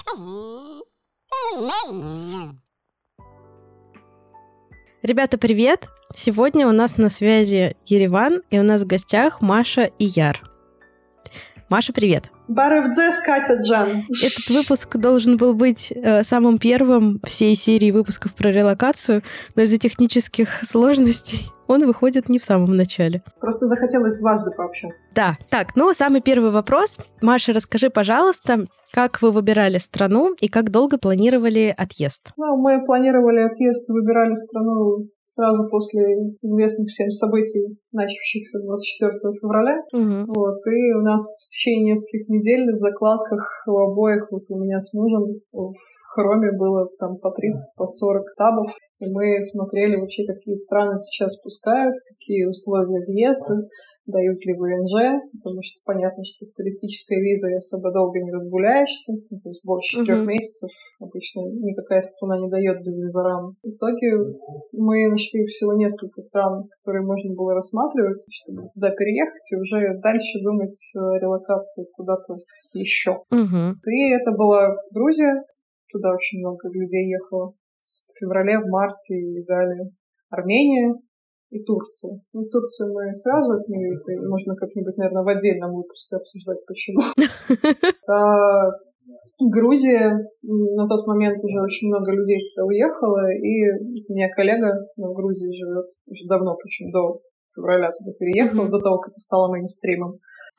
Ребята, привет! Сегодня у нас на связи Ереван, и у нас в гостях Маша и Яр. Маша, привет! Барывдзе, Катя, Джан. Этот выпуск должен был быть самым первым всей серии выпусков про релокацию, но из-за технических сложностей он выходит не в самом начале. Просто захотелось дважды пообщаться. Да. Так, самый первый вопрос. Маша, расскажи, пожалуйста, как вы выбирали страну и как долго планировали отъезд? Мы планировали отъезд и выбирали страну сразу после известных всем событий, начавшихся 24 февраля. Угу. И у нас в течение нескольких недель в закладках у обоих, у меня с мужем, в Хроме было там по 30, по 40 табов. И мы смотрели вообще, какие страны сейчас пускают, какие условия въезда, дают ли ВНЖ, потому что понятно, что с туристической визой особо долго не разгуляешься, то есть больше 4 месяцев обычно никакая страна не дает без визарам. В итоге мы нашли всего несколько стран, которые можно было рассматривать, чтобы туда переехать и уже дальше думать о релокации куда-то еще. И это была Грузия, туда очень много людей ехало. В феврале, в марте и далее Армения и Турция. Турцию мы сразу отмели, это можно как-нибудь, наверное, в отдельном выпуске обсуждать, почему. А Грузия, на тот момент уже очень много людей туда уехало, и у меня коллега в Грузии живет уже давно, причем до февраля туда переехала, до того, как это стало мейнстримом.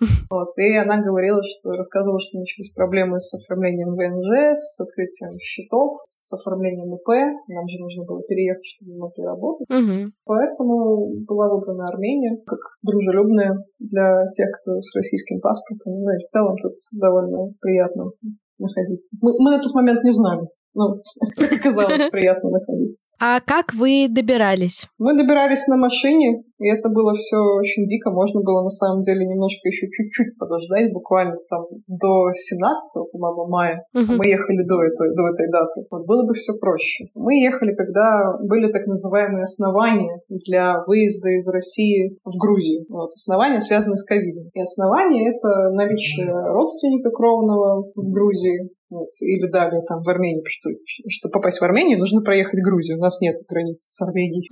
И она рассказывала, что начались проблемы с оформлением ВНЖ, с открытием счетов, с оформлением ИП. Нам же нужно было переехать, чтобы мы могли работать. Поэтому была выбрана Армения как дружелюбная для тех, кто с российским паспортом. И в целом тут довольно приятно находиться. Мы на тот момент не знали. Как оказалось, приятно находиться. А как вы добирались? Мы добирались на машине, и это было все очень дико. Можно было, на самом деле, немножко еще чуть-чуть подождать, буквально там до 17, по-моему, мая. Мы ехали до этой даты. Было бы все проще. Мы ехали, когда были так называемые основания для выезда из России в Грузию. Основания связаны с ковидом. И основания — это наличие родственника кровного в Грузии, или далее там в Армении, чтобы попасть в Армению, нужно проехать Грузию. У нас нет границы с Арменией,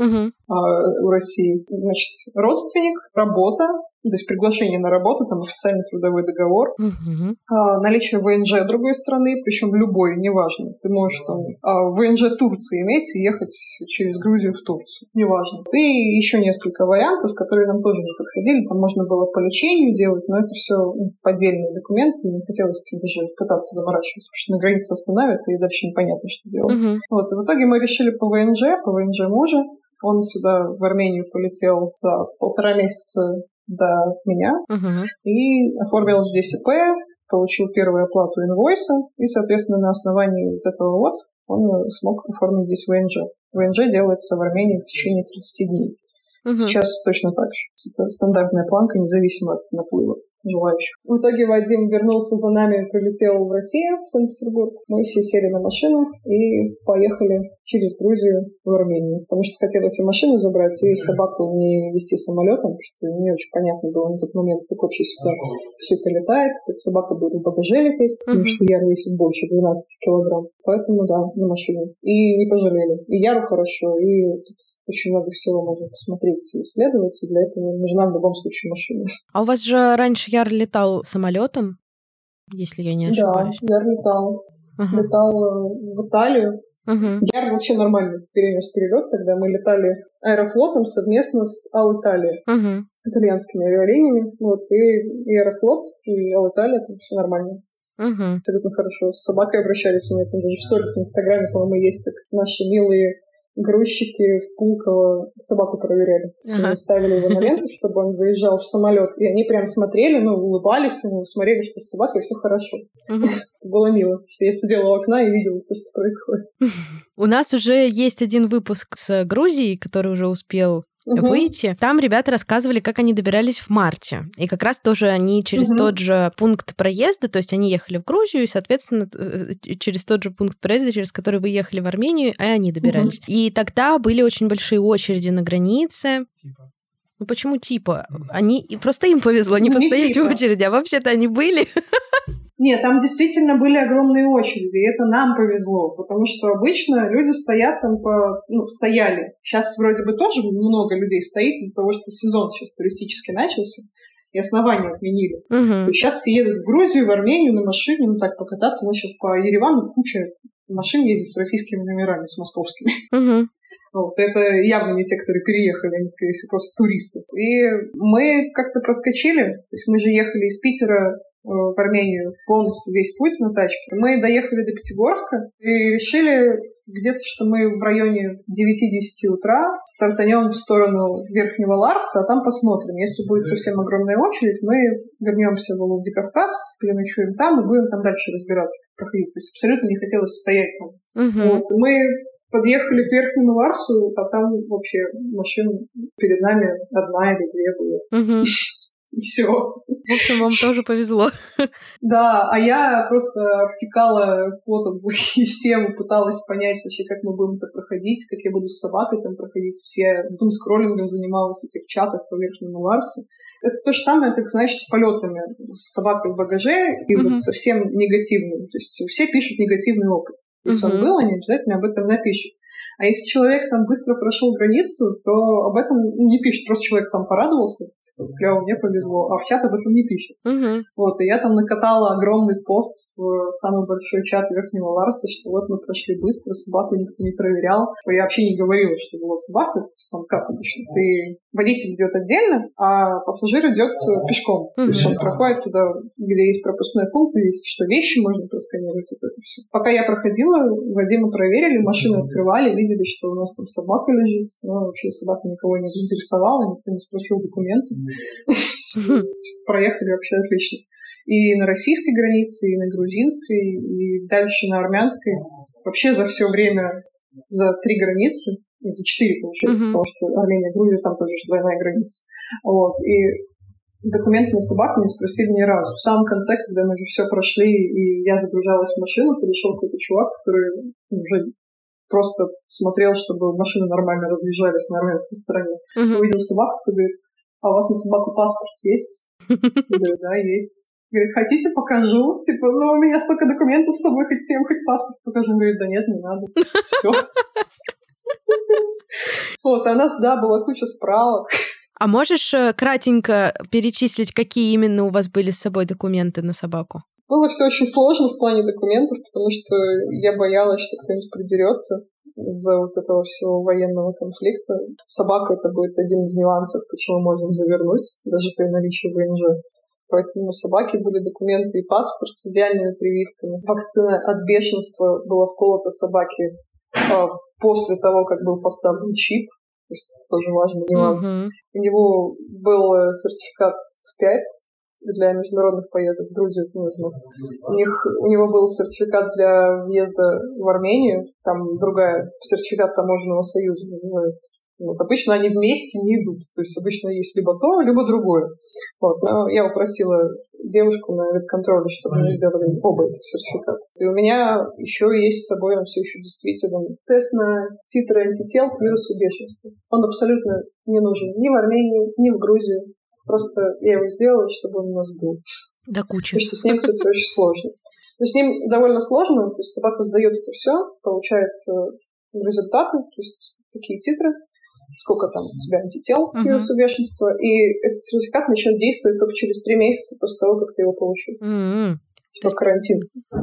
у России. Значит, родственник, работа, то есть приглашение на работу, там официальный трудовой договор, наличие ВНЖ другой страны, причем любой, неважно. Ты можешь там ВНЖ Турции иметь и ехать через Грузию в Турцию, неважно. И еще несколько вариантов, которые нам тоже не подходили. Там можно было по лечению делать, но это все поддельные документы, не хотелось этим даже пытаться заморачиваться, потому что на границе остановят, и дальше непонятно, что делать. И в итоге мы решили по ВНЖ мужа. Он сюда, в Армению, полетел за 1,5 месяца до меня и оформил здесь ИП, получил первую оплату инвойса, и, соответственно, на основании этого он смог оформить здесь ВНЖ. ВНЖ делается в Армении в течение 30 дней. Сейчас точно так же. Это стандартная планка, независимо от наплыва желающих. В итоге Вадим вернулся за нами, прилетел в Россию, в Санкт-Петербург. Мы все сели на машину и поехали через Грузию в Армению. Потому что хотелось и машину забрать, и собаку не везти самолетом, потому что не очень понятно было на тот момент, как вообще сюда все это летает, как собака будет в багаже лететь, потому что Яр весит больше 12 килограмм. Поэтому, да, на машине. И не пожалели. И Яру хорошо, и тут очень много всего можно посмотреть и исследовать, и для этого нужна в любом случае машина. А у вас же раньше Яр летал самолетом, если я не ошибаюсь? Да, Яр летал. Летал в Италию. Яр вообще нормально перенес перелет, когда мы летали Аэрофлотом совместно с Алиталией, итальянскими авиалиниями. И Аэрофлот, и Алиталия, это все нормально. Абсолютно хорошо. С собакой обращались, у меня там даже в сторис в Инстаграме, по-моему, есть так наши милые грузчики в Пулково собаку проверяли. Ставили его на ленту, чтобы он заезжал в самолет. И они прям смотрели, улыбались ему, смотрели, что с собакой все хорошо. Это было мило. Я сидела у окна и видела все, что происходит. У нас уже есть один выпуск с Грузией, который уже успел выйти. Там ребята рассказывали, как они добирались в марте. И как раз тоже они через тот же пункт проезда, то есть они ехали в Грузию, и, соответственно, через тот же пункт проезда, через который вы ехали в Армению, и они добирались. И тогда были очень большие очереди на границе. Почему типа? Просто им повезло не постоять в очереди, а вообще-то они были. Нет, там действительно были огромные очереди, и это нам повезло, потому что обычно люди стоят там стояли. Сейчас вроде бы тоже много людей стоит из-за того, что сезон сейчас туристически начался, и основания отменили. То есть сейчас все едут в Грузию, в Армению на машине, покататься. У нас сейчас по Еревану куча машин ездит с российскими номерами, с московскими. Вот, это явно не те, которые переехали, они, скорее всего, просто туристы. И мы как-то проскочили, то есть мы же ехали из Питера в Армению полностью весь путь на тачке. Мы доехали до Пятигорска и решили где-то, что мы в районе 9-10 утра стартанем в сторону Верхнего Ларса, а там посмотрим. Если будет совсем огромная очередь, мы вернемся в Владикавказ, переночуем там и будем там дальше разбираться, как проходить. То есть абсолютно не хотелось стоять там. Вот. Мы подъехали к Верхнему Ларсу, а там вообще машин перед нами одна или две было. И все. В общем, вам тоже повезло. Да, а я просто обтекала потом и всем пыталась понять вообще, как мы будем это проходить, как я буду с собакой там проходить. Я скроллингом занималась в этих чатах по Верхнему Ларсу. Это то же самое, как, знаешь, с полетами, с собакой в багаже и вот совсем негативным. То есть все пишут негативный опыт. Если он был, они обязательно об этом напишут. А если человек там быстро прошел границу, то об этом не пишет. Просто человек сам порадовался. Клево, мне повезло. А в чат об этом не пишет. Вот, и я там накатала огромный пост в самый большой чат Верхнего Ларса, что вот мы прошли быстро, собаку никто не проверял. Я вообще не говорила, что была собака. То есть там как обычно? Водитель идет отдельно, а пассажир идет пешком. То есть он проходит туда, где есть пропускной пункт, есть что вещи можно просканировать, вот это все. Пока я проходила, Вадима проверили, машины открывали, видели, что у нас там собака лежит. Но вообще собака никого не заинтересовала, никто не спросил документы. Проехали вообще отлично. И на российской границе, и на грузинской, и дальше на армянской. Вообще за все время, за 3 границы, за 4, получается, потому что Армения и Грузия, там тоже двойная граница. Вот. И документы на собаку не спросили ни разу. В самом конце, когда мы уже все прошли, и я загружалась в машину, подошел какой-то чувак, который уже просто смотрел, чтобы машины нормально разъезжались на армянской стороне. Увидел собаку и говорит: а у вас на собаку паспорт есть? Я говорю: да, есть. Говорит: хотите, покажу? Типа, у меня столько документов с собой, хотите, я вам хоть паспорт покажу? Он говорит: да нет, не надо. Все. Вот, а у нас, да, была куча справок. А можешь кратенько перечислить, какие именно у вас были с собой документы на собаку? Было все очень сложно в плане документов, потому что я боялась, что кто-нибудь придерется из-за вот этого всего военного конфликта. Собака — это будет один из нюансов, почему можно завернуть, даже при наличии ВНЖ. Поэтому у собаки были документы и паспорт с идеальными прививками. Вакцина от бешенства была вколота собаке после того, как был поставлен чип. То есть это тоже важный нюанс. У него был сертификат в 5 для международных поездок. В Грузию это нужно. У него был сертификат для въезда в Армению. Там другая, сертификат Таможенного союза называется. Вот. Обычно они вместе не идут. То есть обычно есть либо то, либо другое. Вот. Но я попросила девушку на ветконтроле, чтобы мне сделали оба этих сертификата. И у меня еще есть с собой, он все еще действительно, тест на титры антител к вирусу бешенства. Он абсолютно не нужен ни в Армению, ни в Грузию. Просто я его сделала, чтобы он у нас был. Да куча. Потому что с ним, кстати, очень сложно. Но с ним довольно сложно. То есть собака сдает это все, получает результаты, то есть такие титры, сколько там у тебя антител к вирусу бешенства, и этот сертификат начнет действовать только через 3 месяца после того, как ты его получил. Типа карантин.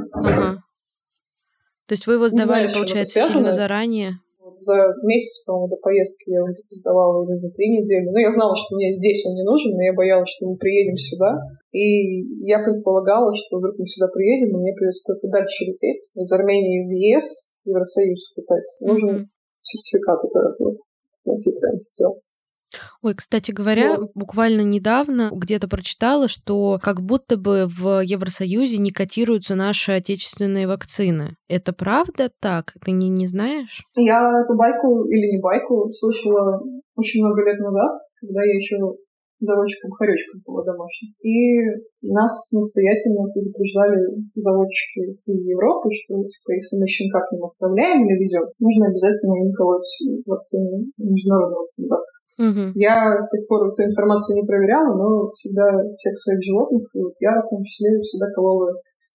То есть вы его сдавали, получается, сильно заранее? За месяц, по-моему, до поездки я его где-то сдавала, или за 3 недели. Ну, я знала, что мне здесь он не нужен, но я боялась, что мы приедем сюда. И я предполагала, что вдруг мы сюда приедем, и мне придется куда-то дальше лететь. Из Армении в ЕС, в Евросоюз летать. Нужен сертификат вот этот вот на титры антител. Ой, кстати говоря, буквально недавно где-то прочитала, что как будто бы в Евросоюзе не котируются наши отечественные вакцины. Это правда так? Ты не знаешь? Я эту байку, или не байку, слышала очень много лет назад, когда я еще заводчиком-хоречком была домашним. И нас настоятельно предупреждали заводчики из Европы, что типа, если мы щенка к ним отправляем или везем, нужно обязательно им колоть вакцины международного стандарта. Я с тех пор эту информацию не проверяла, но всегда всех своих животных, и вот я в том числе всегда колола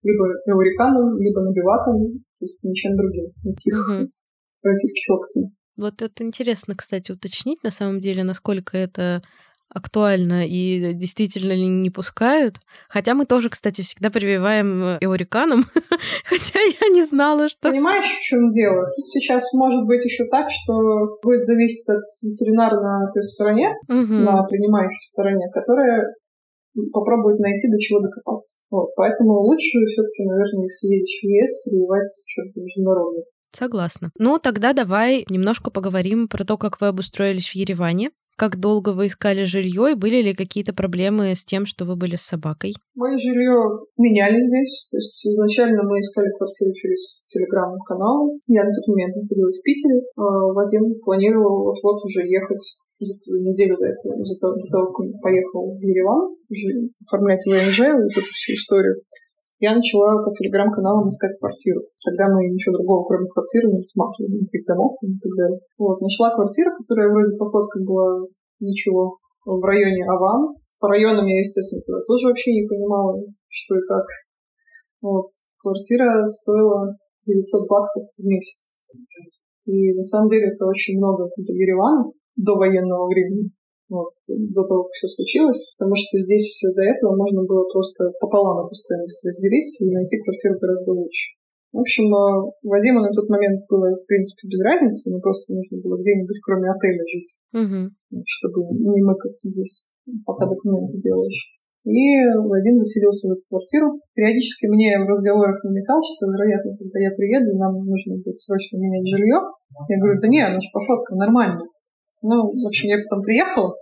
либо эуриканом, либо набиваком, то есть ничем другим, никаких российских опций. Вот это интересно, кстати, уточнить на самом деле, насколько это актуально и действительно ли не пускают. Хотя мы тоже, кстати, всегда прививаем эуриканом, хотя я не знала, что... Понимаешь, в чем дело? Тут сейчас может быть еще так, что будет зависеть от ветеринара на той стороне, на принимающей стороне, которая попробует найти, до чего докопаться. Вот. Поэтому лучше все-таки, наверное, если едешь в ЕС, прививать что-то международное. Согласна. Ну, тогда давай немножко поговорим про то, как вы обустроились в Ереване. Как долго вы искали жилье и были ли какие-то проблемы с тем, что вы были с собакой? Мы жилье меняли здесь. То есть изначально мы искали квартиру через телеграм-канал. Я на тот момент находилась в Питере. Вадим планировал вот-вот уже ехать за неделю до этого, до того, как он поехал в Ереван, уже оформлять ВНЖ, вот эту всю историю. Я начала по телеграм-каналам искать квартиру. Тогда мы ничего другого, кроме квартиры, не рассматривали, никаких домов и так далее. Вот, нашла квартиру, которая вроде по фоткам была ничего, в районе Аван. По районам я, естественно, тогда тоже вообще не понимала, что и как. Вот, квартира стоила $900 в месяц. И на самом деле это очень много для Еревана до военного времени. Вот, до того, как все случилось, потому что здесь до этого можно было просто пополам эту стоимость разделить и найти квартиру гораздо лучше. В общем, Вадиму на тот момент было, в принципе, без разницы, но просто нужно было где-нибудь, кроме отеля, жить, чтобы не мыкаться здесь, пока документы делаешь. И Вадим заселился в эту квартиру. Периодически мне в разговорах намекал, что, вероятно, когда я приеду, нам нужно будет срочно менять жилье. Я говорю, да не, оно же по фоткам нормально. Ну, в общем, я потом приехала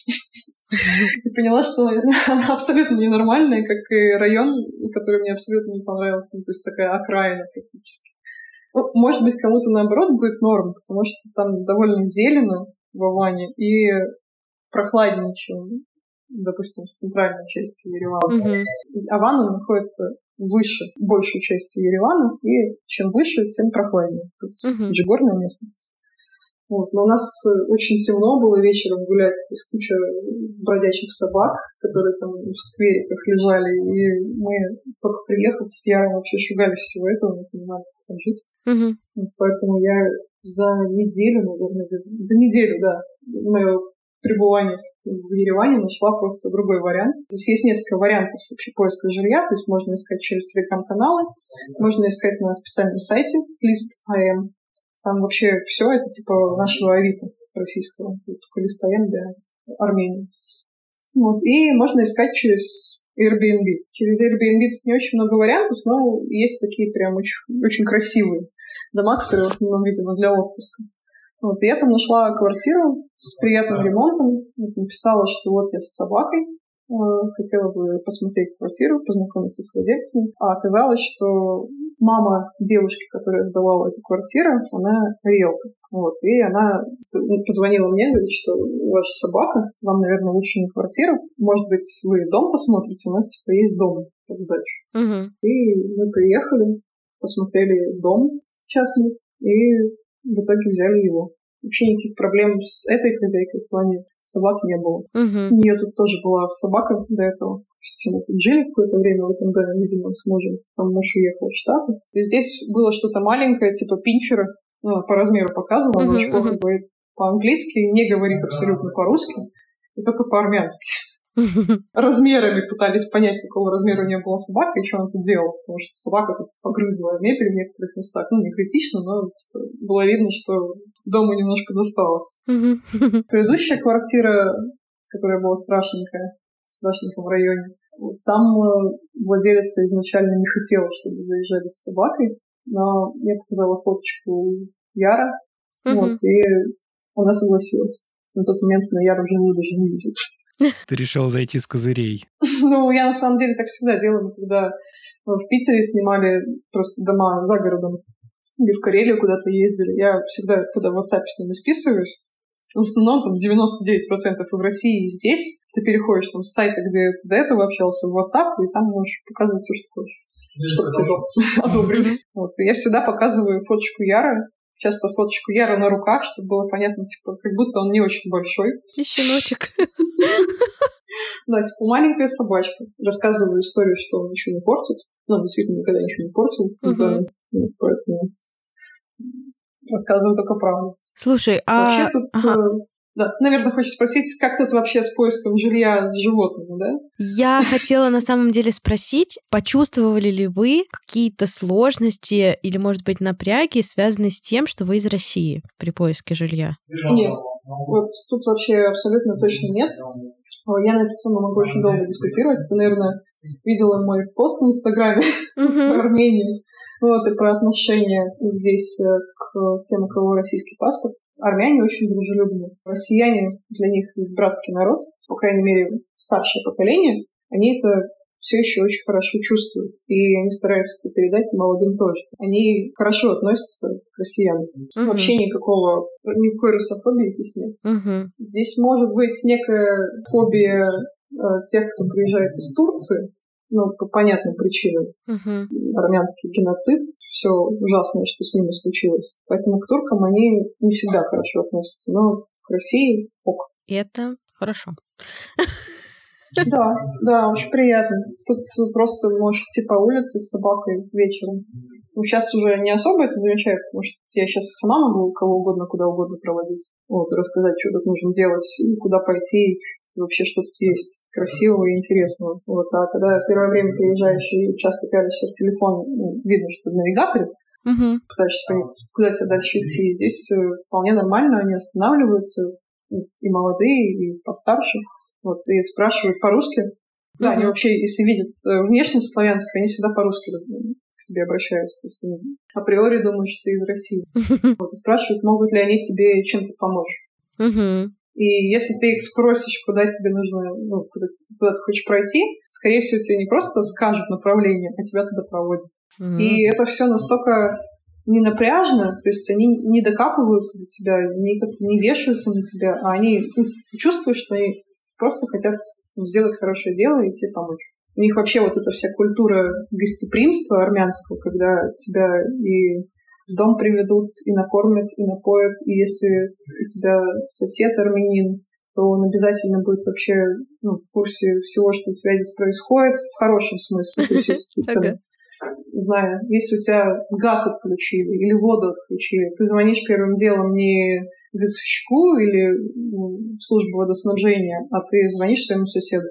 и поняла, что она абсолютно ненормальная, как и район, который мне абсолютно не понравился. То есть такая окраина практически. Ну, может быть, кому-то наоборот будет норм, потому что там довольно зелено в Аване и прохладнее, чем, допустим, в центральной части Еревана. Аван находится выше большей части Еревана, и чем выше, тем прохладнее. Тут же горная местность. Вот. Но у нас очень темно было вечером гулять, то есть куча бродячих собак, которые там в сквериках лежали, и мы, только приехав с Яром, вообще шугались всего этого, не понимали, как там жить. Вот. Поэтому я за неделю, наверное, за неделю, да, моего пребывания в Ереване нашла просто другой вариант. Здесь есть несколько вариантов вообще поиска жилья, то есть можно искать через телеграм-каналы, можно искать на специальном сайте List.am. Там вообще все это типа нашего Авито российского, только List.am для Армении. Вот. И можно искать через Airbnb. Через Airbnb тут не очень много вариантов, но есть такие прям очень, очень красивые дома, которые в основном, видимо, для отпуска. Вот. И я там нашла квартиру с приятным ремонтом. Написала, что вот я с собакой, хотела бы посмотреть квартиру, познакомиться с владельцем. А оказалось, что мама девушки, которая сдавала эту квартиру, она риэлтор. Вот. И она позвонила мне, говорит, что у вас же собака, вам, наверное, лучше не квартиру. Может быть, вы дом посмотрите, у нас типа есть дом под сдачу. И мы приехали, посмотрели дом частный, и в итоге взяли его. Вообще никаких проблем с этой хозяйкой в плане собак не было. У нее тут тоже была собака до этого. Мы тут жили какое-то время в этом доме, видимо, с мужем. Там муж уехал в Штаты. И здесь было что-то маленькое, типа пинчера. Ну, по размеру показывала, она очень плохо говорит по-английски, не говорит абсолютно по-русски, и только по-армянски. Размерами пытались понять, какого размера у нее была собака и что она тут делала, потому что собака тут погрызла мебель в некоторых местах. Ну, не критично, но типа, было видно, что дому немножко досталось. Предыдущая квартира, которая была страшненькая, в страшненьком районе, там владелица изначально не хотела, чтобы заезжали с собакой, но я показала фоточку Яра, вот, и она согласилась. На тот момент на Яра уже даже не видела. Ты решил зайти с козырей. Ну, я на самом деле так всегда делаю, когда в Питере снимали просто дома за городом или в Карелию куда-то ездили. Я всегда, когда в WhatsApp с ними списываюсь, в основном там 99% и в России, и здесь. Ты переходишь там с сайта, где ты до этого общался, в WhatsApp, и там можешь показывать все, что хочешь. Чтобы тебя одобрили. Вот. И я всегда показываю фоточку Яра, часто фоточку Яра на руках, чтобы было понятно, типа, как будто он не очень большой. И щеночек. Да, типа маленькая собачка. Рассказываю историю, что он ничего не портит. Ну, действительно, никогда ничего не портил. Поэтому рассказываю только правду. Слушай, вообще тут... Да, наверное, хочешь спросить, как тут вообще с поиском жилья с животными, да? Я хотела на самом деле спросить, почувствовали ли вы какие-то сложности или, может быть, напряги, связанные с тем, что вы из России при поиске жилья? Нет. Вот тут вообще абсолютно точно нет. Я на эту тему могу очень долго дискутировать. Ты, наверное, видела мой пост в Инстаграме про Армению. Вот, и про отношение здесь к тем, у кого российский паспорт. Армяне очень дружелюбны. Россияне для них братский народ, по крайней мере, старшее поколение, они это все еще очень хорошо чувствуют. И они стараются это передать и молодым тоже. Они хорошо относятся к россиянам. Вообще никакой русофобии здесь нет. Здесь может быть некая фобия тех, кто приезжает из Турции, ну, по понятным причинам. Армянский геноцид, все ужасное, что с ними случилось. Поэтому к туркам они не всегда хорошо относятся, но к России ок. Это хорошо. Да, очень приятно. Тут просто можешь идти по улице с собакой вечером. Ну, сейчас уже не особо это замечаю, потому что я сейчас сама могу кого угодно, куда угодно проводить. Вот, и рассказать, что тут нужно делать, и куда пойти, и вообще что тут есть красивого и интересного. Вот, а когда первое время приезжаешь и часто пялишься в телефон, видно, что в навигаторе, пытаешься понять, куда тебе дальше идти. Здесь вполне нормально, они останавливаются, и молодые, и постарше. Вот, и спрашивают по-русски. Да, они вообще, если видят внешность славянскую, они всегда по-русски к тебе обращаются. То есть они априори думают, что ты из России. Вот, и спрашивают, могут ли они тебе чем-то помочь. И если ты их спросишь, куда тебе нужно, куда ты хочешь пройти, скорее всего, тебе не просто скажут направление, а тебя туда проводят. И это все настолько ненапряжно, то есть они не докапываются до тебя, они как-то не вешаются на тебя, а ты чувствуешь, что они просто хотят сделать хорошее дело и тебе помочь. У них вообще вот эта вся культура гостеприимства армянского, когда тебя и в дом приведут, и накормят, и напоят. И если у тебя сосед армянин, то он обязательно будет вообще в курсе всего, что у тебя здесь происходит, в хорошем смысле. То есть, если не знаю, если у тебя газ отключили или воду отключили, ты звонишь первым делом не газовщику или в службу водоснабжения, а ты звонишь своему соседу.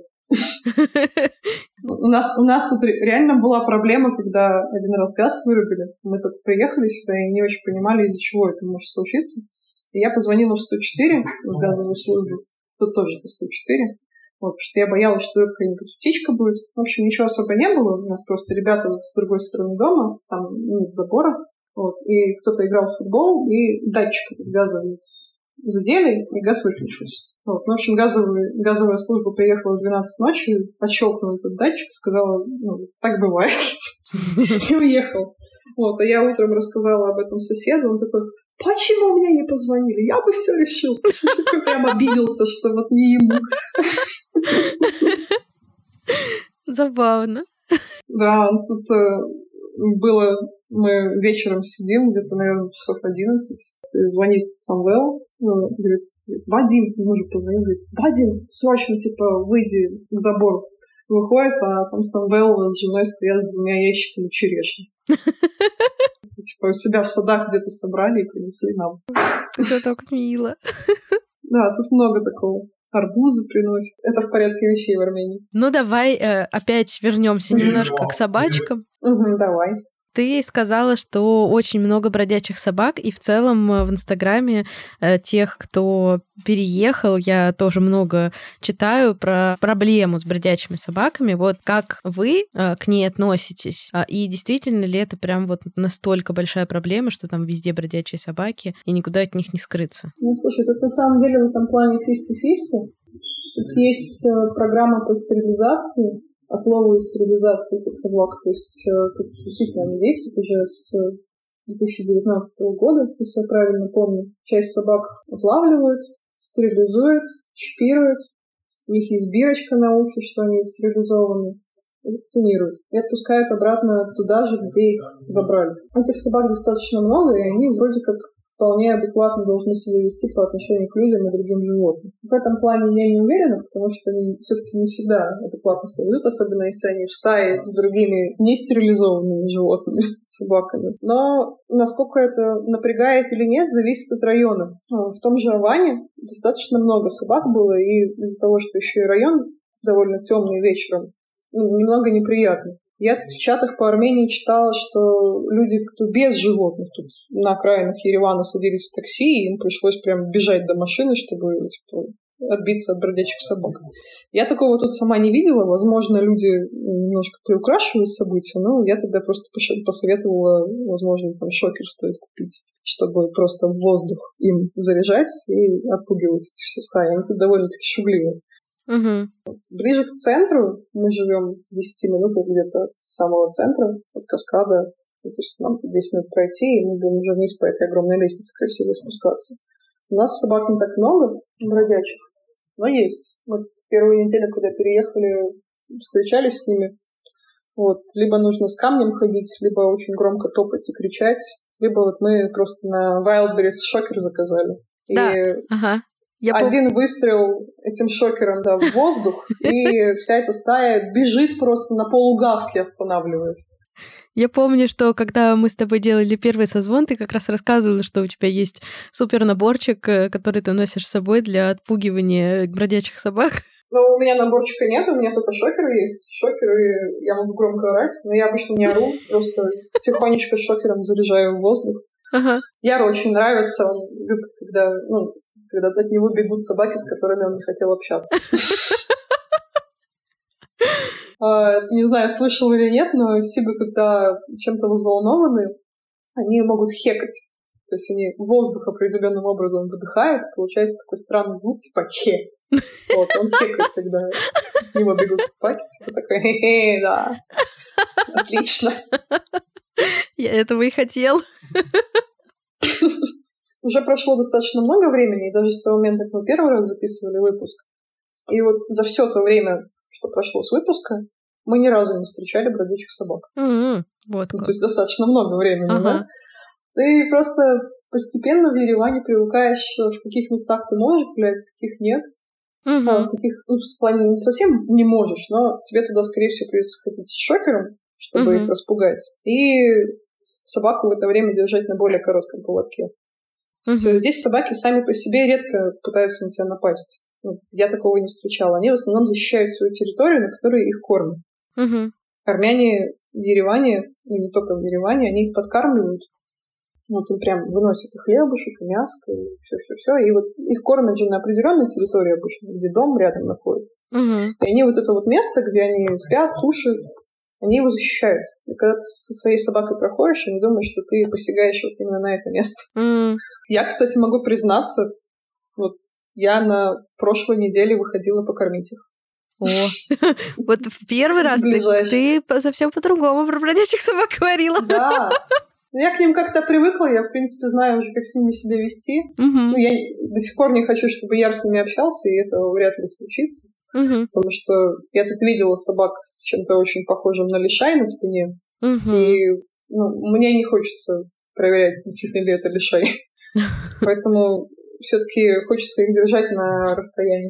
У нас тут реально была проблема, когда один раз газ вырубили. Мы только приехали сюда и не очень понимали, из-за чего это может случиться. И я позвонила в 104, в газовую службу. Тут тоже 104. Вот, потому что я боялась, что какая-нибудь утечка будет. В общем, ничего особо не было. У нас просто ребята с другой стороны дома, там нет забора. Вот, и кто-то играл в футбол, и датчик этот газовый задели, и газ выключился. Вот. В общем, газовая служба приехала в 12 ночи, подщелкнула этот датчик, сказала, так бывает, и уехал. Вот. А я утром рассказала об этом соседу, он такой, почему мне не позвонили? Я бы все решил. Прям обиделся, что вот не ему. Забавно. Да, тут было... Мы вечером сидим, где-то, наверное, часов 11. Звонит Самвел, говорит, Вадим, мужу позвонил, говорит, Вадим, срочно, выйди к забору. Выходит, а там Самвел с женой стоят с 2 ящиками черешни. У себя в садах где-то собрали и принесли нам. Это так мило. Да, тут много такого. Арбузы приносят. Это в порядке вещей в Армении. Ну, давай опять вернемся немножко к собачкам. Давай. Ты сказала, что очень много бродячих собак, и в целом в Инстаграме тех, кто переехал, я тоже много читаю про проблему с бродячими собаками. Вот как вы к ней относитесь? И действительно ли это прям вот настолько большая проблема, что там везде бродячие собаки, и никуда от них не скрыться? Ну, слушай, тут на самом деле в этом плане 50-50. Тут есть программа по стерилизации, отлову и стерилизации этих собак. То есть тут действительно они действуют уже с 2019 года, если я правильно помню. Часть собак отлавливают, стерилизуют, чипируют. У них есть бирочка на ухе, что они стерилизованы, вакцинируют. И отпускают обратно туда же, где их забрали. Этих собак достаточно много, и они вроде как вполне адекватно должны себя вести по отношению к людям и другим животным. В этом плане я не уверена, потому что они все-таки не всегда адекватно себя ведут, особенно если они в стае с другими нестерилизованными животными, собаками. Но насколько это напрягает или нет, зависит от района. В том же Аване достаточно много собак было, и из-за того, что еще и район довольно темный вечером, немного неприятно. Я тут в чатах по Армении читала, что люди, кто без животных, тут на окраинах Еревана садились в такси, и им пришлось прям бежать до машины, чтобы отбиться от бродячих собак. Я такого тут сама не видела. Возможно, люди немножко приукрашивают события, но я тогда просто посоветовала, возможно, там шокер стоит купить, чтобы просто в воздух им заряжать и отпугивать эти все стаи. Они тут довольно-таки шугливые. Угу. Ближе к центру, мы живем в 10 минутах где-то от самого центра, от каскада. То есть нам 10 минут пройти, и мы будем уже вниз по этой огромной лестнице красиво спускаться. У нас собак не так много, бродячих, но есть. Мы первую неделю, когда переехали, встречались с ними. Либо нужно с камнем ходить, либо очень громко топать и кричать, либо мы просто на Wildberries шокер заказали. Да, и один выстрел этим шокером в воздух, и вся эта стая бежит просто на полугавке, останавливаясь. Я помню, что когда мы с тобой делали первый созвон, ты как раз рассказывала, что у тебя есть супер наборчик, который ты носишь с собой для отпугивания бродячих собак. У меня наборчика нет, у меня только шокеры есть. Шокеры, я могу громко орать, но я обычно не ору, просто тихонечко шокером заряжаю в воздух. Ага. Яру очень нравится, он любит, когда от него бегут собаки, с которыми он не хотел общаться. Не знаю, слышал или нет, но сибы, когда чем-то взволнованы, они могут хекать. То есть они воздух определенным образом выдыхают, получается такой странный звук, типа хе. Он хекает, когда к нему бегут собаки, типа такой хе-хе, да. Отлично. Я этого и хотел. Уже прошло достаточно много времени, и даже с того момента, как мы первый раз записывали выпуск. И за все то время, что прошло с выпуска, мы ни разу не встречали бродячих собак. То есть достаточно много времени, да? Ты просто постепенно в Ереване привыкаешь, в каких местах ты можешь гулять, в каких нет. В каких, в плане совсем не можешь, но тебе туда, скорее всего, придется ходить с шокером, чтобы их распугать. И собаку в это время держать на более коротком поводке. Здесь собаки сами по себе редко пытаются на тебя напасть. Я такого не встречала. Они в основном защищают свою территорию, на которой их кормят. Армяне в Ереване, и не только в Ереване, они их подкармливают. Им прям выносят и хлебушек, и мяско, и все-все-все. И их кормят же на определенной территории обычно, где дом рядом находится. И они это место, где они спят, кушают, они его защищают. И когда ты со своей собакой проходишь, они думают, что ты посягаешь именно на это место. Я, кстати, могу признаться, я на прошлой неделе выходила покормить их. О, в первый раз ты совсем по-другому про бродячих собак говорила. Да. Я к ним как-то привыкла, я, в принципе, знаю уже, как с ними себя вести. Я до сих пор не хочу, чтобы Яр с ними общался, и это вряд ли случится. Потому что я тут видела собак с чем-то очень похожим на лишай на спине, и мне не хочется проверять, действительно ли это лишай. Поэтому все-таки хочется их держать на расстоянии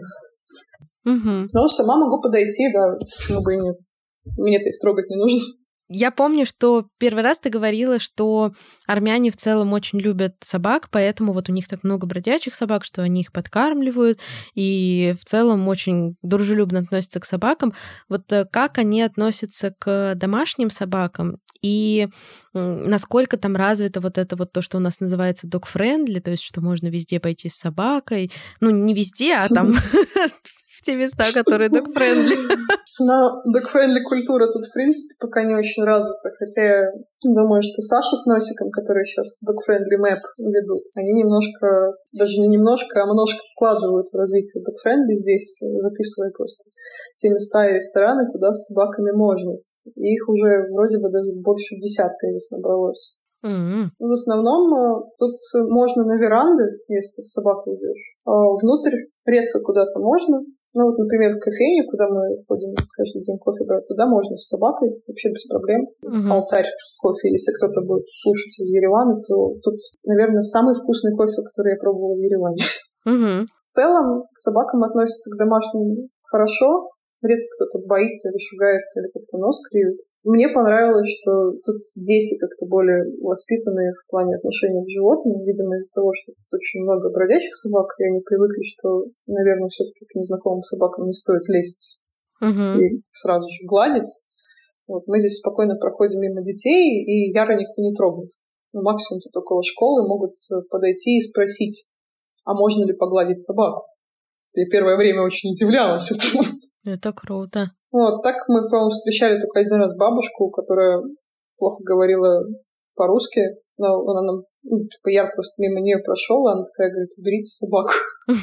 шокера. Но сама могу подойти, да, почему бы и нет. Мне-то их трогать не нужно. Я помню, что первый раз ты говорила, что армяне в целом очень любят собак, поэтому у них так много бродячих собак, что они их подкармливают, и в целом очень дружелюбно относятся к собакам. Как они относятся к домашним собакам, и насколько там развито это то, что у нас называется dog-friendly, то есть что можно везде пойти с собакой. Не везде, а там в те места, которые dog-friendly. Но dog-friendly культура тут, в принципе, пока не очень развита. Хотя я думаю, что Саша с Носиком, которые сейчас dog-friendly map ведут, они немножко, даже не немножко, а немножко вкладывают в развитие dog-friendly здесь, записывая просто те места и рестораны, куда с собаками можно. И их уже вроде бы даже больше десятка здесь набралось. В основном тут можно на веранды, если ты с собакой идешь. А внутрь редко куда-то можно. Ну, вот, например, в кофейню, куда мы ходим каждый день кофе брать, туда можно с собакой, вообще без проблем. Алтарь кофе, если кто-то будет слушать из Еревана, то тут, наверное, самый вкусный кофе, который я пробовала в Ереване. В целом к собакам относятся к домашним хорошо. Редко кто-то боится или шугается, или как-то нос кривит. Мне понравилось, что тут дети как-то более воспитанные в плане отношений к животным. Видимо, из-за того, что тут очень много бродячих собак, и они привыкли, что, наверное, все-таки к незнакомым собакам не стоит лезть и сразу же гладить. Вот, мы здесь спокойно проходим мимо детей, и яро никто не трогает. Ну, максимум тут около школы могут подойти и спросить, а можно ли погладить собаку. Я первое время очень удивлялась этому. Это круто. Вот, так мы, по-моему, встречали только один раз бабушку, которая плохо говорила по-русски, но она нам, я просто мимо нее прошел, она такая говорит, уберите собаку.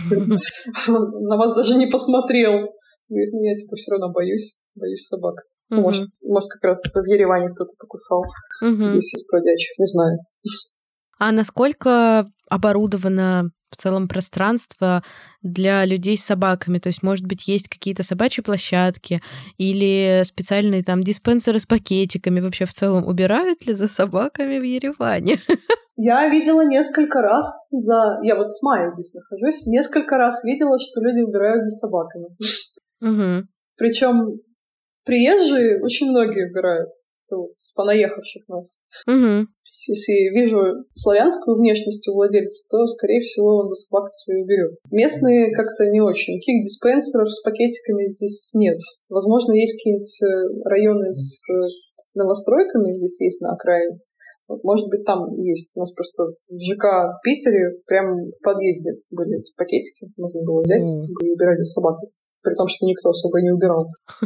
На вас даже не посмотрел. Говорит, ну я все равно боюсь собак. Может, как раз в Ереване кто-то покусал. Здесь из бродячих, не знаю. А насколько оборудовано в целом пространство для людей с собаками? То есть, может быть, есть какие-то собачьи площадки или специальные там диспенсеры с пакетиками? Вообще, в целом, убирают ли за собаками в Ереване? Я видела несколько раз я вот с мая здесь нахожусь, несколько раз видела, что люди убирают за собаками. Причем приезжие очень многие убирают. Вот, с понаехавших нас. Если вижу славянскую внешность у владельца, то, скорее всего, он за собакой свою уберет. Местные как-то не очень. Никаких диспенсеров с пакетиками здесь нет. Возможно, есть какие-нибудь районы с новостройками, здесь есть на окраине. Вот, может быть, там есть. У нас просто в ЖК в Питере прямо в подъезде были эти пакетики. Можно было взять и убирать за собакой. При том, что никто особо не убирал.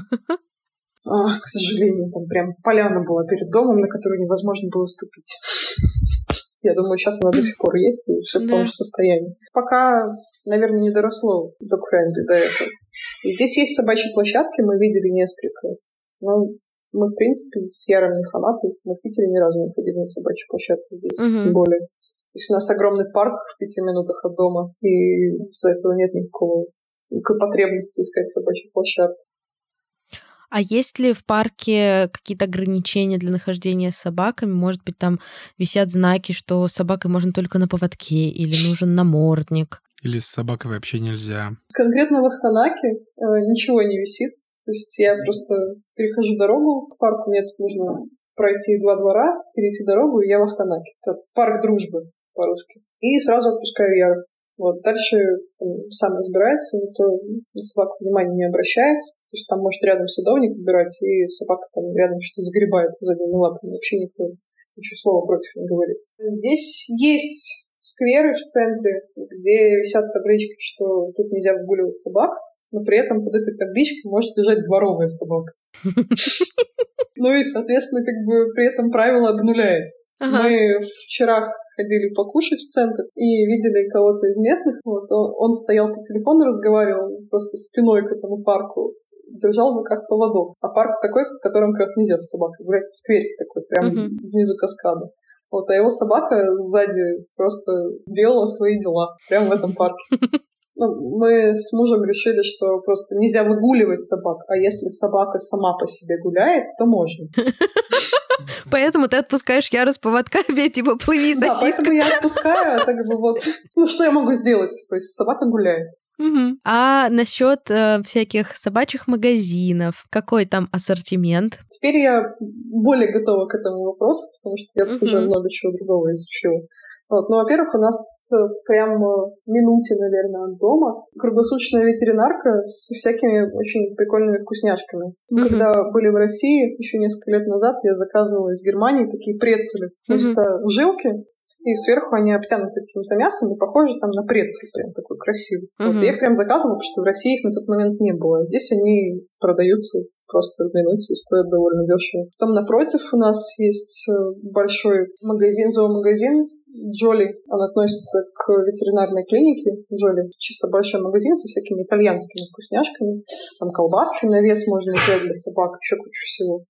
К сожалению, там прям поляна была перед домом, на которую невозможно было ступить. Я думаю, сейчас она до сих пор есть, и все в том же состоянии. Пока, наверное, не доросло dog-friendly до этого. И здесь есть собачьи площадки, мы видели несколько. Но мы, в принципе, с Яром не фанаты. Мы в Питере ни разу не ходили на собачью площадку. Здесь тем более. То есть у нас огромный парк в 5 минутах от дома, и из-за этого нет никакой потребности искать собачью площадку. А есть ли в парке какие-то ограничения для нахождения с собаками? Может быть, там висят знаки, что с собакой можно только на поводке, или нужен намордник? Или с собакой вообще нельзя? Конкретно в Ахтанаке ничего не висит. То есть я просто перехожу дорогу к парку, мне тут нужно пройти 2 двора, перейти дорогу, и я в Ахтанаке. Это парк дружбы по-русски. И сразу отпускаю Яра. Вот. Дальше сам разбирается, никто на собаку внимания не обращает. То есть там может рядом садовник убирать, и собака там рядом что-то загребает задними лапами. Вообще никто ничего слова против не говорит. Здесь есть скверы в центре, где висят таблички, что тут нельзя выгуливать собак, но при этом под этой табличкой может лежать дворовая собака. Ну и, соответственно, как бы при этом правило обнуляется. Мы вчера ходили покушать в центр и видели кого-то из местных. Вот, он стоял по телефону, разговаривал просто спиной к этому парку, держал в руках поводок. А парк такой, в котором как раз нельзя с собакой гулять, скверик такой, прямо внизу каскада. Вот, а его собака сзади просто делала свои дела прямо в этом парке. Ну, мы с мужем решили, что просто нельзя выгуливать собак, а если собака сама по себе гуляет, то можно. Поэтому ты отпускаешь Яру с поводка, типа плыви, сосиска. Да, поэтому я отпускаю, а так бы вот... Ну, что я могу сделать, если собака гуляет? А насчет всяких собачьих магазинов, какой там ассортимент? Теперь я более готова к этому вопросу, потому что я тут уже много чего другого изучила. Вот. Ну, во-первых, у нас тут прямо в минуте, наверное, от дома круглосуточная ветеринарка со всякими очень прикольными вкусняшками. Когда были в России еще несколько лет назад, я заказывала из Германии такие прецели. То есть это жилки, и сверху они обтянуты каким-то мясом и похожи там на прецель, прям такой красивый. Вот. Я их прям заказывала, потому что в России их на тот момент не было. Здесь они продаются просто в минуте и стоят довольно дешево. Потом напротив у нас есть большой магазин, зоомагазин Джоли. Он относится к ветеринарной клинике Джоли. Чисто большой магазин со всякими итальянскими вкусняшками. Там колбаски на вес можно взять для собак, еще кучу всего.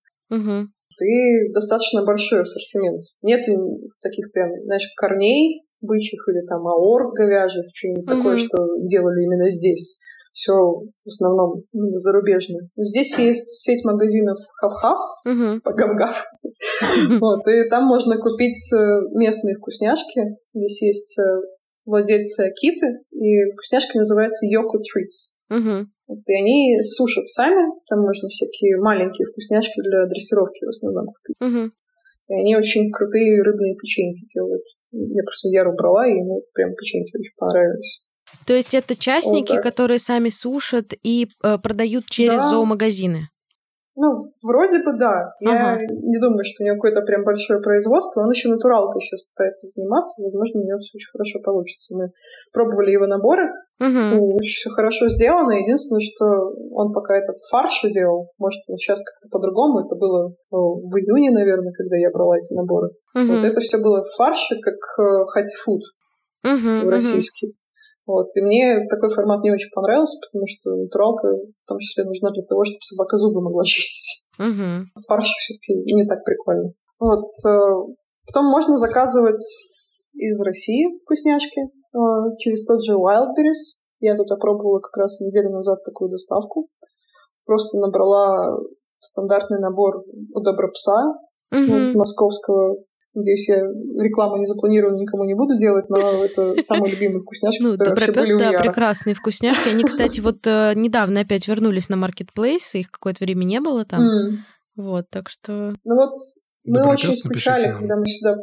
И достаточно большой ассортимент. Нет таких прям, знаешь, корней бычьих или там аорт говяжьих, что-нибудь такое, что делали именно здесь. все в основном зарубежное. Здесь есть сеть магазинов Хав-Хав, Гав-Гав. Вот, и там можно купить местные вкусняшки. Здесь есть владельцы Акиты, и вкусняшки называются Yoko Treats. Вот, и они сушат сами, там можно всякие маленькие вкусняшки для дрессировки в основном купить. И они очень крутые рыбные печеньки делают. Я просто Яру брала, и ему прям печеньки очень понравились. То есть это частники, вот которые сами сушат и продают через зоомагазины? Ну, вроде бы да. Я не думаю, что у него какое-то прям большое производство. Он еще натуралкой сейчас пытается заниматься. Возможно, у него все очень хорошо получится. Мы пробовали его наборы. Очень все хорошо сделано. Единственное, что он пока это в фарше делал. Может, сейчас как-то по-другому. Это было в июне, наверное, когда я брала эти наборы. Вот это все было в фарше, как хати-фуд российский. Вот. И мне такой формат не очень понравился, потому что натуралка в том числе нужна для того, чтобы собака зубы могла чистить. Фарш все-таки не так прикольно. Вот. Потом можно заказывать из России вкусняшки через тот же Wildberries. Я тут опробовала как раз неделю назад такую доставку. Просто набрала стандартный набор у Добропса московского. Надеюсь, я рекламу не запланирую, никому не буду делать, но это самые любимые вкусняшки, которые вообще были у меня. Да, прекрасные вкусняшки. Они, кстати, вот недавно опять вернулись на Marketplace, их какое-то время не было там. Вот, так что... Ну вот мы очень скучали, когда мы сюда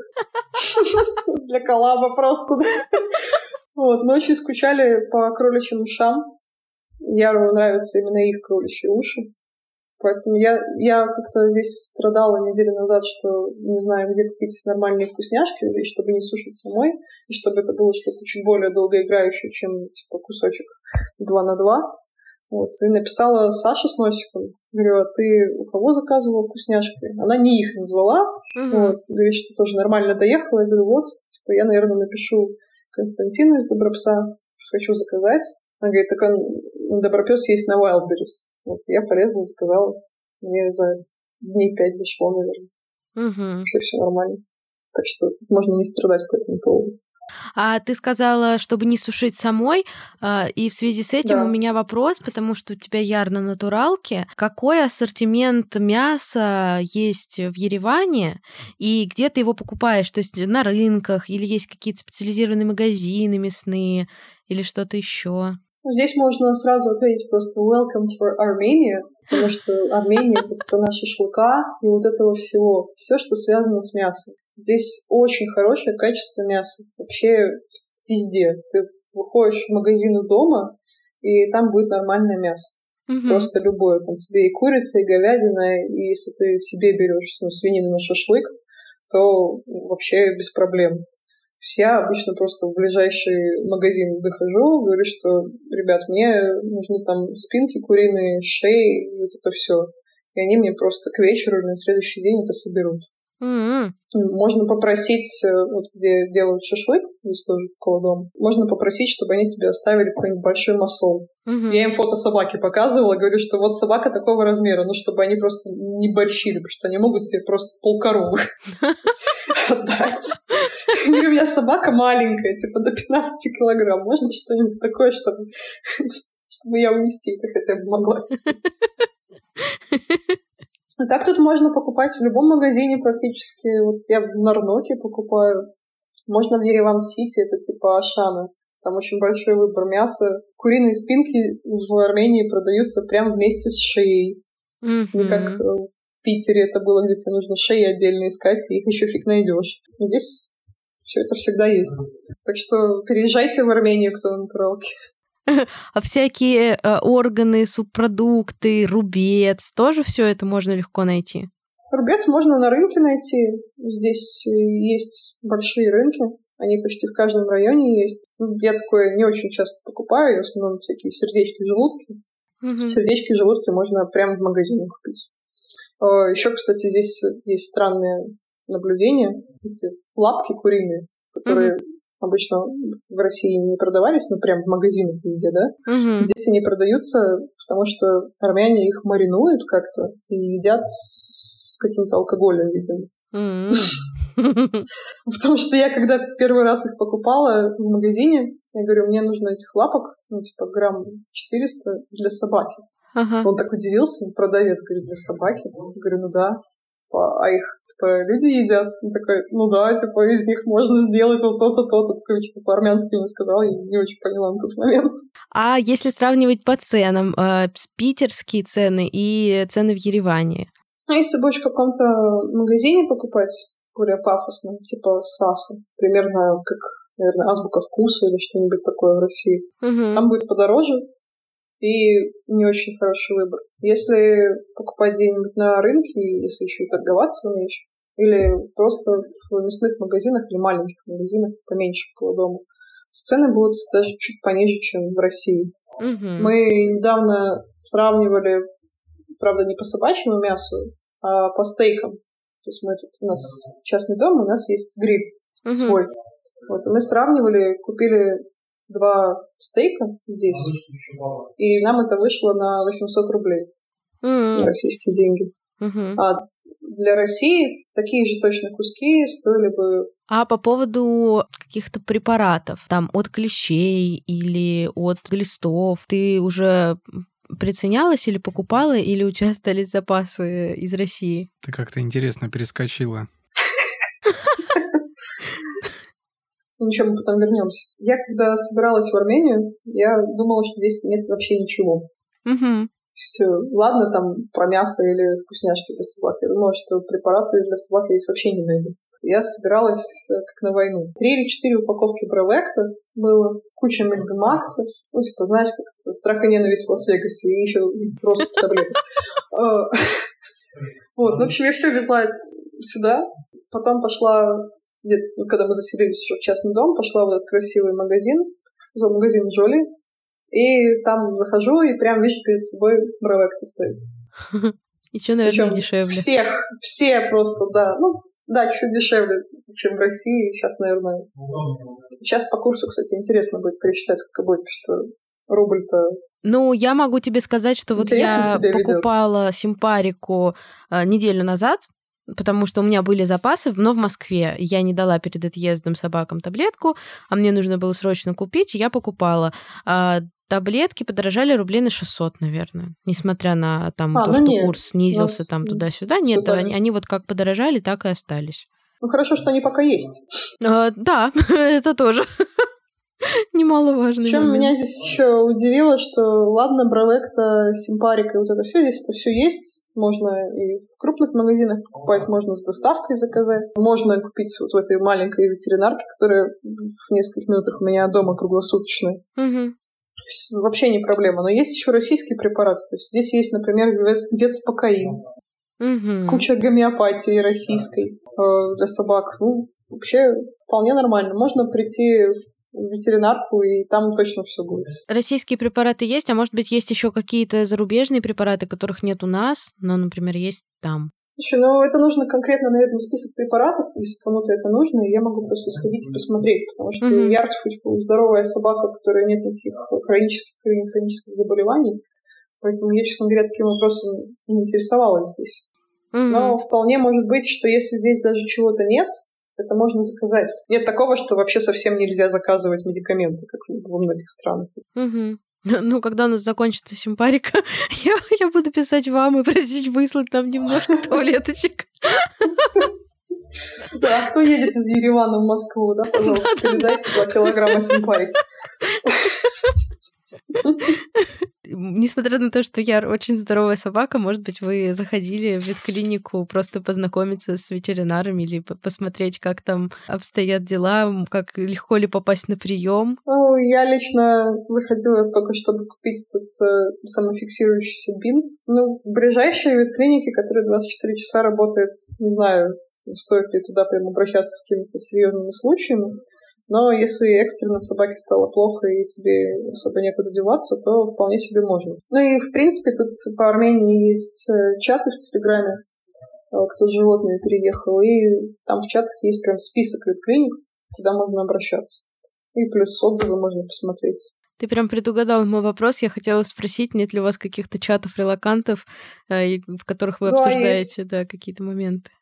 приехали. Для коллаба просто. Вот, мы очень скучали по кроличьим ушам. Яру нравятся именно их кроличьи уши. Поэтому я как-то здесь страдала неделю назад, что не знаю, где купить нормальные вкусняшки, и чтобы не сушить самой, и чтобы это было что-то чуть более долгоиграющее, чем типа кусочек 2 на 2. Вот. И написала Саше с носиком. Говорю, а ты у кого заказывала вкусняшки? Она не их назвала. Вот. Говорит, что тоже нормально доехала. Я говорю, вот, типа, я, наверное, напишу Константину из Добропса, хочу заказать. Она говорит, так Добропес есть на Wildberries. Вот, я полезла, заказала. Мне за дней 5 дошло, наверное. Вообще все нормально. Так что тут можно не страдать по этому поводу. А ты сказала, чтобы не сушить самой, и в связи с этим у меня вопрос, потому что у тебя Яр на натуралке. Какой ассортимент мяса есть в Ереване, и где ты его покупаешь? То есть на рынках, или есть какие-то специализированные магазины мясные, или что-то еще? Здесь можно сразу ответить просто «Welcome to Armenia», потому что Армения — это страна шашлыка и вот этого всего. Все, что связано с мясом. Здесь очень хорошее качество мяса. Вообще везде. Ты выходишь в магазин у дома, и там будет нормальное мясо. Просто любое. Там тебе и курица, и говядина, и если ты себе берешь свинину на шашлык, то вообще без проблем. Я обычно просто в ближайший магазин дохожу, говорю, что, ребят, мне нужны там спинки куриные, шеи, вот это все. И они мне просто к вечеру или на следующий день это соберут. Можно попросить, вот где делают шашлык, здесь тоже около дома, можно попросить, чтобы они тебе оставили какой-нибудь большой масол. Я им фото собаки показывала, говорю, что вот собака такого размера, ну, чтобы они просто не борщили, потому что они могут тебе просто полкоровы отдать. У меня собака маленькая, типа до 15 килограмм. Можно что-нибудь такое, чтобы я унести это хотя бы могла? А так тут можно покупать в любом магазине практически. Вот я в Нарноке покупаю. Можно в Ереван-Сити, это типа Ашана. Там очень большой выбор мяса. Куриные спинки в Армении продаются прямо вместе с шеей. Не как в Питере это было, где тебе нужно шеи отдельно искать, и их еще фиг найдешь. Здесь все это всегда есть. Так что переезжайте в Армению, кто на натуралке. А всякие органы, субпродукты, рубец, тоже все это можно легко найти? Рубец можно на рынке найти. Здесь есть большие рынки. Они почти в каждом районе есть. Я такое не очень часто покупаю. В основном всякие сердечки, желудки. Сердечки, желудки можно прямо в магазине купить. Еще, кстати, здесь есть странное наблюдение. Эти лапки куриные, которые обычно в России не продавались, но прям в магазинах везде, да? Здесь они продаются, потому что армяне их маринуют как-то и едят с каким-то алкоголем, видимо. Потому что я, когда первый раз их покупала в магазине, я говорю, мне нужно этих лапок, грамм 400 для собаки. Ага. Он так удивился, продавец, говорит, для собаки. Я говорю, ну да. А их, люди едят? Он такой, ну да, из них можно сделать вот то-то, то-то. Такой, что по-армянски мне сказал, я не очень поняла на тот момент. А если сравнивать по ценам, питерские цены и цены в Ереване? А если будешь в каком-то магазине покупать, более пафосно, типа Саса, примерно как, наверное, Азбука вкуса или что-нибудь такое в России, там будет подороже и не очень хороший выбор. Если покупать где-нибудь на рынке, если еще и торговаться умеешь, или просто в мясных магазинах или маленьких магазинах, поменьше около дома, цены будут даже чуть пониже, чем в России. Мы недавно сравнивали, правда, не по собачьему мясу, а по стейкам. То есть у нас частный дом, у нас есть гриль свой. Вот, и мы сравнивали, купили 2 стейка здесь, и нам это вышло на 800 рублей. На российские деньги. А для России такие же точно куски стоили бы... А по поводу каких-то препаратов, там, от клещей или от глистов, ты уже приценялась или покупала, или у тебя остались запасы из России? Ты как-то интересно перескочила. Ничего, мы потом вернемся. Я, когда собиралась в Армению, я думала, что здесь нет вообще ничего. То есть, ладно, там, про мясо или вкусняшки для собак. Я думала, что препараты для собак я здесь вообще не найду. Я собиралась как на войну. 3 или 4 упаковки Бравекта было, куча Мегамаксов, знаешь, как страх и ненависть в Лас-Вегасе, и еще просто таблеток. Вот, в общем, я все везла сюда. Потом пошла, где-то, когда мы заселились уже в частный дом, пошла в этот красивый магазин, магазин Джоли, и там захожу, и прям вижу перед собой Бравекта стоит. И что, наверное, дешевле? Все просто, да. Да, чуть дешевле, чем в России. Сейчас, наверное... Сейчас по курсу, кстати, интересно будет пересчитать, сколько будет, потому что рубль-то... Я могу тебе сказать, что вот я покупала симпарику неделю назад, потому что у меня были запасы, но в Москве. Я не дала перед отъездом собакам таблетку, а мне нужно было срочно купить, и я покупала. Таблетки подорожали рублей на 600, наверное. Несмотря на то, что курс снизился там туда-сюда. Нет, они вот как подорожали, так и остались. Хорошо, что они пока есть. Да, это тоже немаловажный момент. Причем меня здесь еще удивило, что ладно, Бравекта, симпарика и вот это все, здесь это все есть. Можно и в крупных магазинах покупать, можно с доставкой заказать. Можно купить вот в этой маленькой ветеринарке, которая в нескольких минутах у меня дома круглосуточная. Вообще не проблема. Но есть еще российские препараты. То есть здесь есть, например, ветспокоин. Куча гомеопатии российской для собак. Вообще вполне нормально. Можно прийти в ветеринарку, и там точно все будет. Российские препараты есть, а может быть, есть еще какие-то зарубежные препараты, которых нет у нас, но, например, есть там. Слушай, это нужно конкретно, наверное, список препаратов, если кому-то это нужно, и я могу просто сходить и посмотреть, потому что я здоровая собака, у которой нет никаких хронических или нехронических заболеваний, поэтому я, честно говоря, таким вопросом не интересовалась здесь. Но вполне может быть, что если здесь даже чего-то нет, это можно заказать. Нет такого, что вообще совсем нельзя заказывать медикаменты, как во многих странах. Когда у нас закончится симпарика, я буду писать вам и просить выслать нам немножко таблеточек. Да, кто едет из Еревана в Москву, да, пожалуйста, передайте 2 килограмма симпарики. Несмотря на то, что я очень здоровая собака, может быть, вы заходили в ветклинику просто познакомиться с ветеринаром или посмотреть, как там обстоят дела, как легко ли попасть на прием? Я лично заходила только, чтобы купить этот самофиксирующийся бинт. В ближайшей ветклинике, которая 24 часа работает, не знаю, стоит ли туда прям обращаться с какими-то серьезными случаями. Но если экстренно собаке стало плохо и тебе особо некуда деваться, то вполне себе можно. И, в принципе, тут по Армении есть чаты в Телеграме, кто с животными переехал, и там в чатах есть прям список ветклиник, куда можно обращаться. И плюс отзывы можно посмотреть. Ты прям предугадал мой вопрос. Я хотела спросить, нет ли у вас каких-то чатов релокантов, в которых вы обсуждаете какие-то моменты?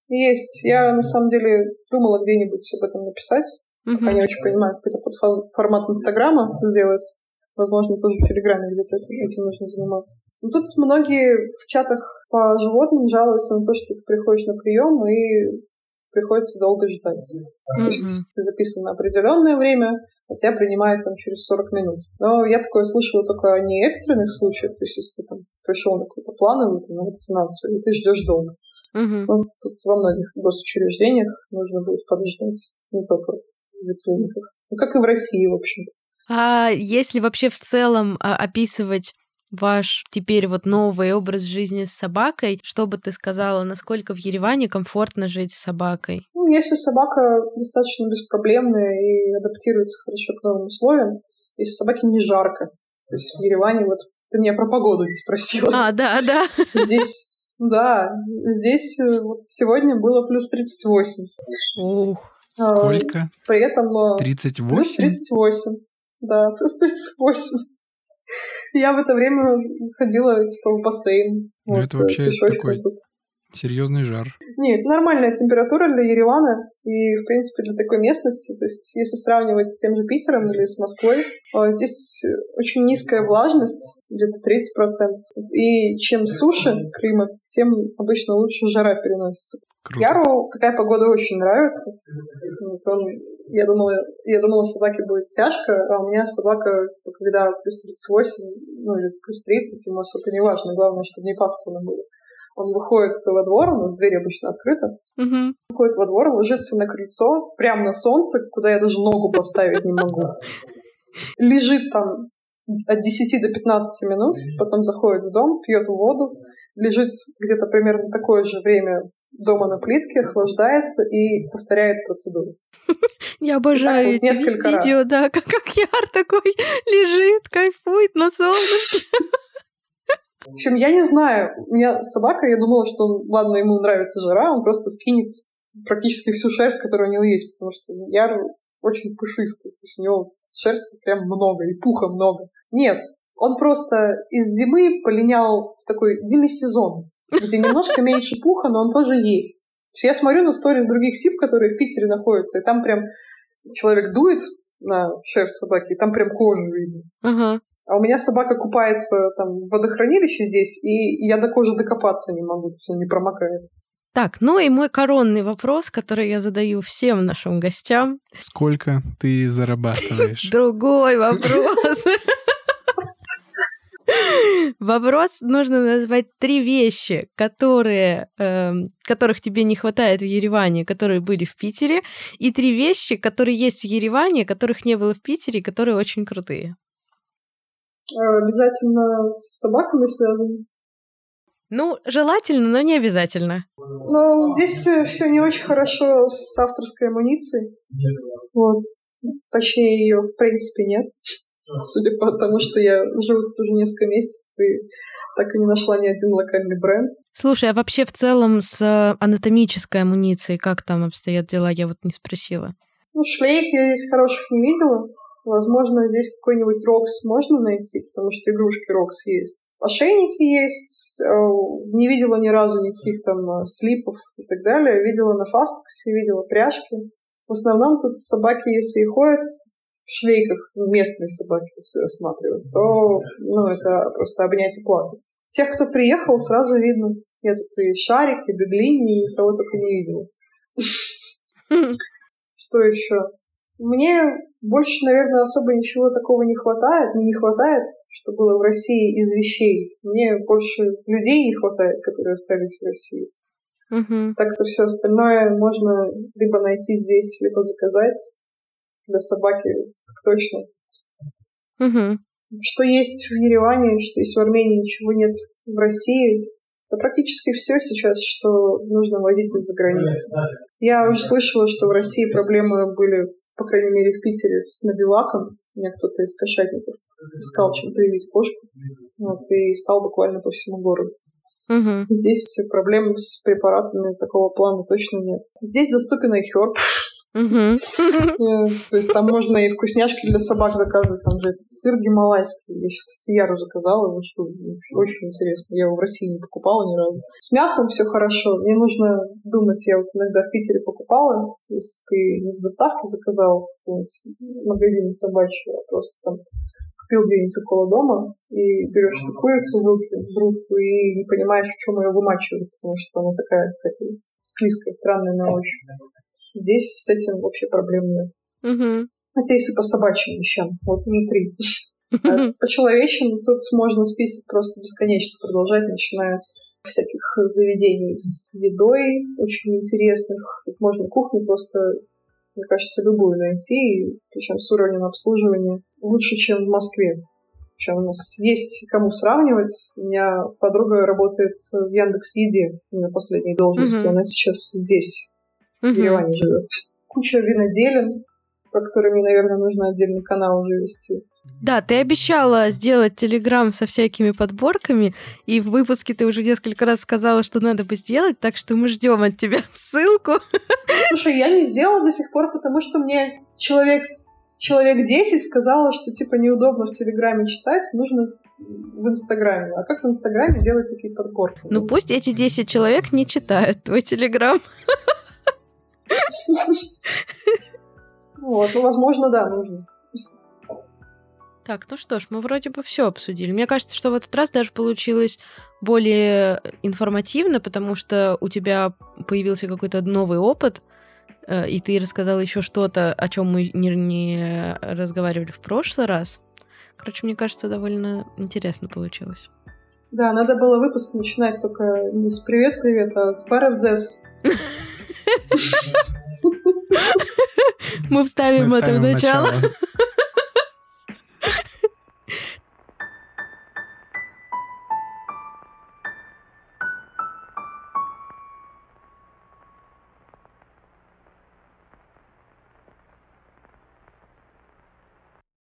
Есть. Я, на самом деле, думала где-нибудь об этом написать. Пока не очень понимаю, как это под формат Инстаграма сделать. Возможно, тоже в Телеграме где-то этим нужно заниматься. Но тут многие в чатах по животным жалуются на то, что ты приходишь на прием и приходится долго ждать. То есть ты записан на определенное время, а тебя принимают там через 40 минут. Но я такое слышала только не экстренных случаях, то есть если ты там пришел на какую-то плановую на вакцинацию, и ты ждешь долго. Ну, тут во многих госучреждениях нужно будет подождать, не только в ветклиниках. Ну, как и в России, в общем-то. А если вообще в целом описывать ваш теперь вот новый образ жизни с собакой, что бы ты сказала, насколько в Ереване комфортно жить с собакой? Ну, если собака достаточно беспроблемная и адаптируется хорошо к новым условиям, если собаке не жарко. То есть в Ереване, вот ты меня про погоду не спросила. Да. Здесь, здесь вот сегодня было плюс 38. Ух. Сколько? При этом 38? Плюс 38. Да, плюс 38. Я в это время ходила, в бассейн. Ну, это вообще такой тут. Серьезный жар. Нет, нормальная температура для Еревана и, в принципе, для такой местности. То есть, если сравнивать с тем же Питером или с Москвой, здесь очень низкая влажность, где-то 30%. И чем суше климат, тем обычно лучше жара переносится. Круто. Яру такая погода очень нравится. Я думала, собаке будет тяжко, а у меня собака, когда плюс 38, или плюс 30, ему особо не важно. Главное, чтобы не пасмурно было. Он выходит во двор, у нас дверь обычно открыта. Выходит во двор, ложится на крыльцо, прямо на солнце, куда я даже ногу поставить не могу. Лежит там от 10 до 15 минут, потом заходит в дом, пьет воду, лежит где-то примерно такое же время дома на плитке, охлаждается и повторяет процедуру. Я обожаю эти видео, да, как Яр такой лежит, кайфует на солнышке. В общем, я не знаю. У меня собака, я думала, что ладно, ему нравится жара, он просто скинет практически всю шерсть, которая у него есть, потому что Яр очень пушистый. То есть у него шерсти прям много, и пуха много. Нет, он просто из зимы полинял в такой демисезон, где немножко меньше пуха, но он тоже есть. Я смотрю на сторис других сип, которые в Питере находятся, и там прям человек дует на шерсть собаки, и там прям кожу видно. А у меня собака купается там в водохранилище здесь, и я до кожи докопаться не могу, то есть он не промокает. Так, ну и мой коронный вопрос, который я задаю всем нашим гостям. Сколько ты зарабатываешь? Другой вопрос. Вопрос нужно назвать 3 вещи, которых тебе не хватает в Ереване, которые были в Питере, и 3 вещи, которые есть в Ереване, которых не было в Питере, которые очень крутые. Обязательно с собаками связано? Ну, желательно, но не обязательно. Ну, здесь все не очень хорошо с авторской амуницией. Вот. Точнее, ее в принципе нет. Судя по тому, что я живу тут уже несколько месяцев и так и не нашла ни один локальный бренд. Слушай, а вообще в целом с анатомической амуницией как там обстоят дела? Я вот не спросила. Ну, шлейк я здесь хороших не видела. Возможно, здесь какой-нибудь Рокс можно найти, потому что игрушки Рокс есть. Ошейники есть. Не видела ни разу никаких там слипов и так далее. Видела на Фастексе, видела пряжки. В основном тут собаки, если и ходят в шлейках, местные собаки осматривают, то это просто обнять и плакать. Тех, кто приехал, сразу видно. Я тут и Шарик, и Беглини, и никого только не видела. Что еще? Мне больше, наверное, особо ничего такого не хватает, что было в России из вещей. Мне больше людей не хватает, которые остались в России. Так-то все остальное можно либо найти здесь, либо заказать. Для собаки так точно. Что есть в Ереване, что есть в Армении, ничего нет в России. Это практически все сейчас, что нужно возить из-за границы. Я уже слышала, что в России проблемы были, по крайней мере, в Питере, с набиваком. У меня кто-то из кошатников искал, чем привить кошку. И искал буквально по всему городу. Здесь проблем с препаратами такого плана точно нет. Здесь доступен iHerb. То есть там можно и вкусняшки для собак заказывать. Там же этот сыр гималайский. Я сейчас, кстати, Яру заказала. Вот что, очень интересно. Я его в России не покупала ни разу. С мясом все хорошо. Мне нужно думать. Я вот иногда в Питере покупала. Если ты не с доставки заказал в магазине собачьего, а просто там купил где-нибудь около дома и берешь эту курицу в руку и не понимаешь, в чем ее вымачивать, потому что она такая какая-то склизкая, странная на ощупь. Здесь с этим вообще проблем нет. Хотя если по собачьим вещам, вот уже 3. А по человечьим тут можно список просто бесконечно продолжать, начиная с всяких заведений с едой очень интересных. Тут можно кухню просто, мне кажется, любую найти, причем с уровнем обслуживания лучше, чем в Москве. Причем у нас есть кому сравнивать. У меня подруга работает в Яндекс.Еде на последней должности. Она сейчас здесь, в Ереване живет. Куча виноделин, про которые мне, наверное, нужно отдельный канал уже вести. Да, ты обещала сделать Телеграм со всякими подборками, и в выпуске ты уже несколько раз сказала, что надо бы сделать, так что мы ждем от тебя ссылку. Слушай, я не сделала до сих пор, потому что мне человек 10 сказала, что типа неудобно в Телеграме читать, нужно в Инстаграме. А как в Инстаграме делать такие подборки? Ну пусть эти 10 человек не читают твой Телеграм. Вот, ну, возможно, да, нужно. Так, ну что ж, мы вроде бы все обсудили. Мне кажется, что в этот раз даже получилось более информативно, потому что у тебя появился какой-то новый опыт, и ты рассказала еще что-то, о чем мы не разговаривали в прошлый раз. Короче, мне кажется, довольно интересно получилось. Да, надо было выпуск начинать только не с «Привет-привет», а с «Паревзес». Мы вставим это в начало.